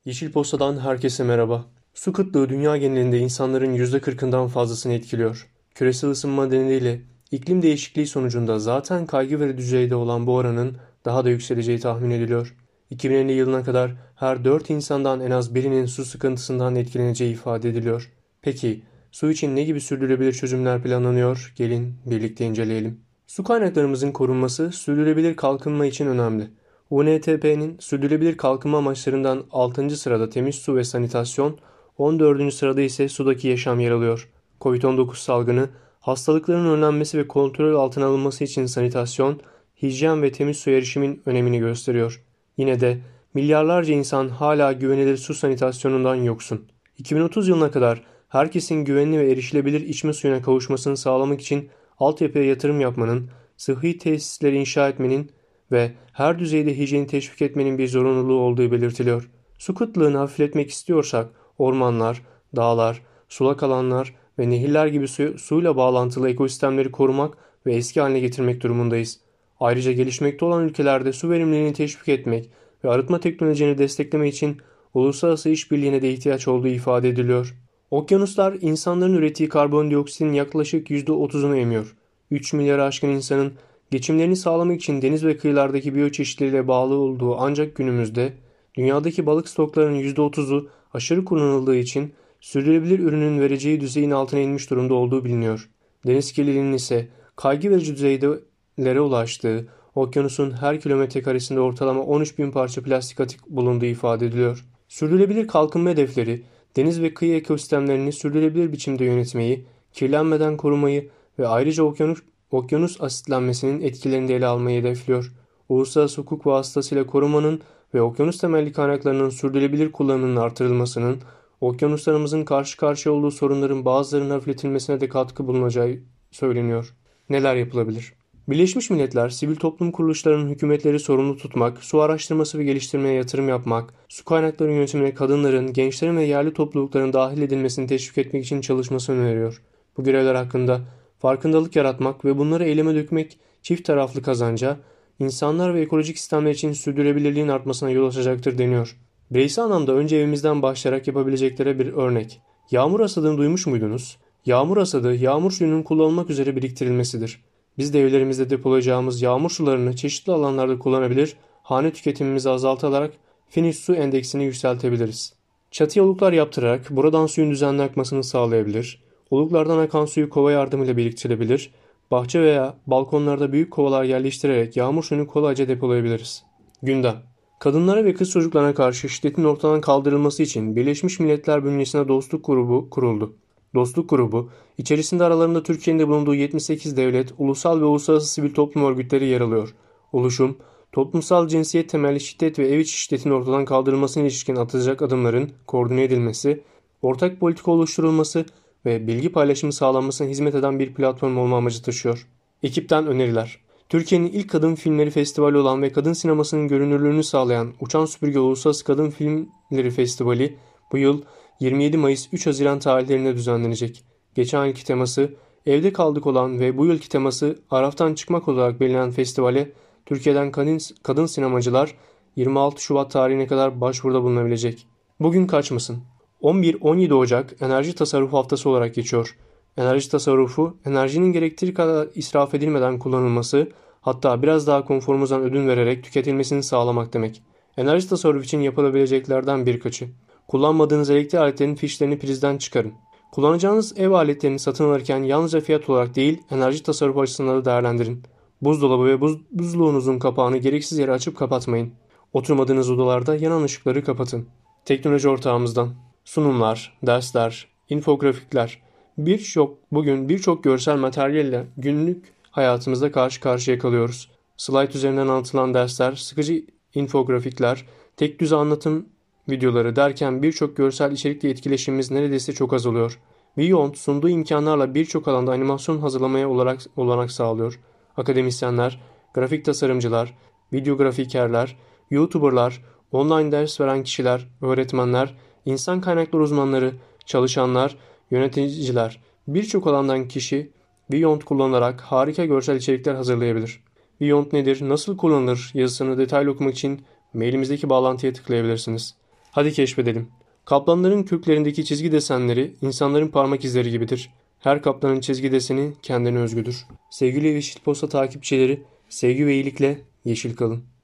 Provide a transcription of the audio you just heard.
Yeşil Posta'dan herkese merhaba. Su kıtlığı dünya genelinde insanların %40'ından fazlasını etkiliyor. Küresel ısınma nedeniyle iklim değişikliği sonucunda zaten kaygı verici düzeyde olan bu oranın daha da yükseleceği tahmin ediliyor. 2050 yılına kadar her 4 insandan en az birinin su sıkıntısından etkileneceği ifade ediliyor. Peki su için ne gibi sürdürülebilir çözümler planlanıyor? Gelin birlikte inceleyelim. Su kaynaklarımızın korunması sürdürülebilir kalkınma için önemli. UNTP'nin sürdürülebilir kalkınma amaçlarından 6. sırada temiz su ve sanitasyon, 14. sırada ise sudaki yaşam yer alıyor. Covid-19 salgını, hastalıkların önlenmesi ve kontrol altına alınması için sanitasyon, hijyen ve temiz suya erişimin önemini gösteriyor. Yine de milyarlarca insan hala güvenilir su sanitasyonundan yoksun. 2030 yılına kadar herkesin güvenli ve erişilebilir içme suyuna kavuşmasını sağlamak için altyapıya yatırım yapmanın, sıhhi tesisleri inşa etmenin ve her düzeyde hijyeni teşvik etmenin bir zorunluluğu olduğu belirtiliyor. Su kıtlığını hafifletmek istiyorsak ormanlar, dağlar, sulak alanlar ve nehirler gibi suyla bağlantılı ekosistemleri korumak ve eski haline getirmek durumundayız. Ayrıca gelişmekte olan ülkelerde su verimliliğini teşvik etmek ve arıtma teknolojilerini desteklemek için uluslararası işbirliğine de ihtiyaç olduğu ifade ediliyor. Okyanuslar insanların ürettiği karbondioksitin yaklaşık %30'unu emiyor. 3 milyarı aşkın insanın geçimlerini sağlamak için deniz ve kıyılardaki biyoçeşitliliğe bağlı olduğu ancak günümüzde dünyadaki balık stoklarının %30'u aşırı kullanıldığı için sürdürülebilir ürünün vereceği düzeyin altına inmiş durumda olduğu biliniyor. Deniz kirliliğinin ise kaygı verici düzeylere ulaştığı, okyanusun her kilometre karesinde ortalama 13 bin parça plastik atık bulunduğu ifade ediliyor. Sürdürülebilir kalkınma hedefleri, deniz ve kıyı ekosistemlerini sürdürülebilir biçimde yönetmeyi, kirlenmeden korumayı ve ayrıca okyanus asitlenmesinin etkilerini de ele almayı hedefliyor. Uluslararası hukuk vasıtasıyla korumanın ve okyanus temelli kaynaklarının sürdürülebilir kullanımının artırılmasının, okyanuslarımızın karşı karşıya olduğu sorunların bazılarının hafifletilmesine de katkı bulunacağı söyleniyor. Neler yapılabilir? Birleşmiş Milletler, sivil toplum kuruluşlarının hükümetleri sorumlu tutmak, su araştırması ve geliştirmeye yatırım yapmak, su kaynakları yönetimine kadınların, gençlerin ve yerli toplulukların dahil edilmesini teşvik etmek için çalışmasını öneriyor. Bu görevler hakkında farkındalık yaratmak ve bunları eyleme dökmek çift taraflı kazanca, insanlar ve ekolojik sistemler için sürdürülebilirliğin artmasına yol açacaktır deniyor. Bireysel anlamda önce evimizden başlayarak yapabileceklere bir örnek. Yağmur hasadını duymuş muydunuz? Yağmur hasadı, yağmur suyunun kullanılmak üzere biriktirilmesidir. Biz de evlerimizde depolayacağımız yağmur sularını çeşitli alanlarda kullanabilir, hane tüketimimizi azaltarak finish su endeksini yükseltebiliriz. Çatıya oluklar yaptırarak buradan suyun düzenli akmasını sağlayabilir, oluklardan akan suyu kova yardımıyla biriktirebilir, bahçe veya balkonlarda büyük kovalar yerleştirerek yağmur suyunu kolayca depolayabiliriz. Gündem. Kadınlara ve kız çocuklarına karşı şiddetin ortadan kaldırılması için Birleşmiş Milletler bünyesinde dostluk grubu kuruldu. Dostluk grubu, içerisinde aralarında Türkiye'nin de bulunduğu 78 devlet, ulusal ve uluslararası sivil toplum örgütleri yer alıyor. Oluşum, toplumsal cinsiyet temelli şiddet ve ev içi şiddetin ortadan kaldırılmasına ilişkin atılacak adımların koordine edilmesi, ortak politika oluşturulması ve bilgi paylaşımı sağlanmasına hizmet eden bir platform olma amacı taşıyor. Ekipten öneriler. Türkiye'nin ilk kadın filmleri festivali olan ve kadın sinemasının görünürlüğünü sağlayan Uçan Süpürge Uluslararası Kadın Filmleri Festivali bu yıl 27 Mayıs-3 Haziran tarihlerinde düzenlenecek. Geçen yılki teması evde kaldık olan ve bu yılki teması Araf'tan çıkmak olarak belirlenen festivale Türkiye'den kadın sinemacılar 26 Şubat tarihine kadar başvuruda bulunabilecek. Bugün kaçmasın. 11-17 Ocak Enerji Tasarrufu Haftası olarak geçiyor. Enerji tasarrufu, enerjinin gerektiği kadar israf edilmeden kullanılması, hatta biraz daha konforumuzdan ödün vererek tüketilmesini sağlamak demek. Enerji tasarrufu için yapılabileceklerden birkaçı. Kullanmadığınız elektrik aletlerinin fişlerini prizden çıkarın. Kullanacağınız ev aletlerini satın alırken yalnızca fiyat olarak değil, enerji tasarrufu açısından da değerlendirin. Buzdolabı ve buzluğunuzun kapağını gereksiz yere açıp kapatmayın. Oturmadığınız odalarda yanan ışıkları kapatın. Teknoloji ortağımızdan. Sunumlar, dersler, infografikler. Bugün birçok görsel materyalle günlük hayatımızda karşı karşıya kalıyoruz. Slide üzerinden anlatılan dersler, sıkıcı infografikler, tek düze anlatım videoları derken birçok görsel içerikle etkileşimimiz neredeyse çok azalıyor. Beyond sunduğu imkanlarla birçok alanda animasyon hazırlamaya olanak sağlıyor. Akademisyenler, grafik tasarımcılar, video grafikerler, YouTuberlar, online ders veren kişiler, öğretmenler, insan kaynakları uzmanları, çalışanlar, yöneticiler, birçok alandan kişi Beyond kullanarak harika görsel içerikler hazırlayabilir. Beyond nedir, nasıl kullanılır yazısını detaylı okumak için mailimizdeki bağlantıya tıklayabilirsiniz. Hadi keşfedelim. Kaplanların köklerindeki çizgi desenleri insanların parmak izleri gibidir. Her kaplanın çizgi deseni kendine özgüdür. Sevgili Yeşil Posta takipçileri, sevgi ve iyilikle yeşil kalın.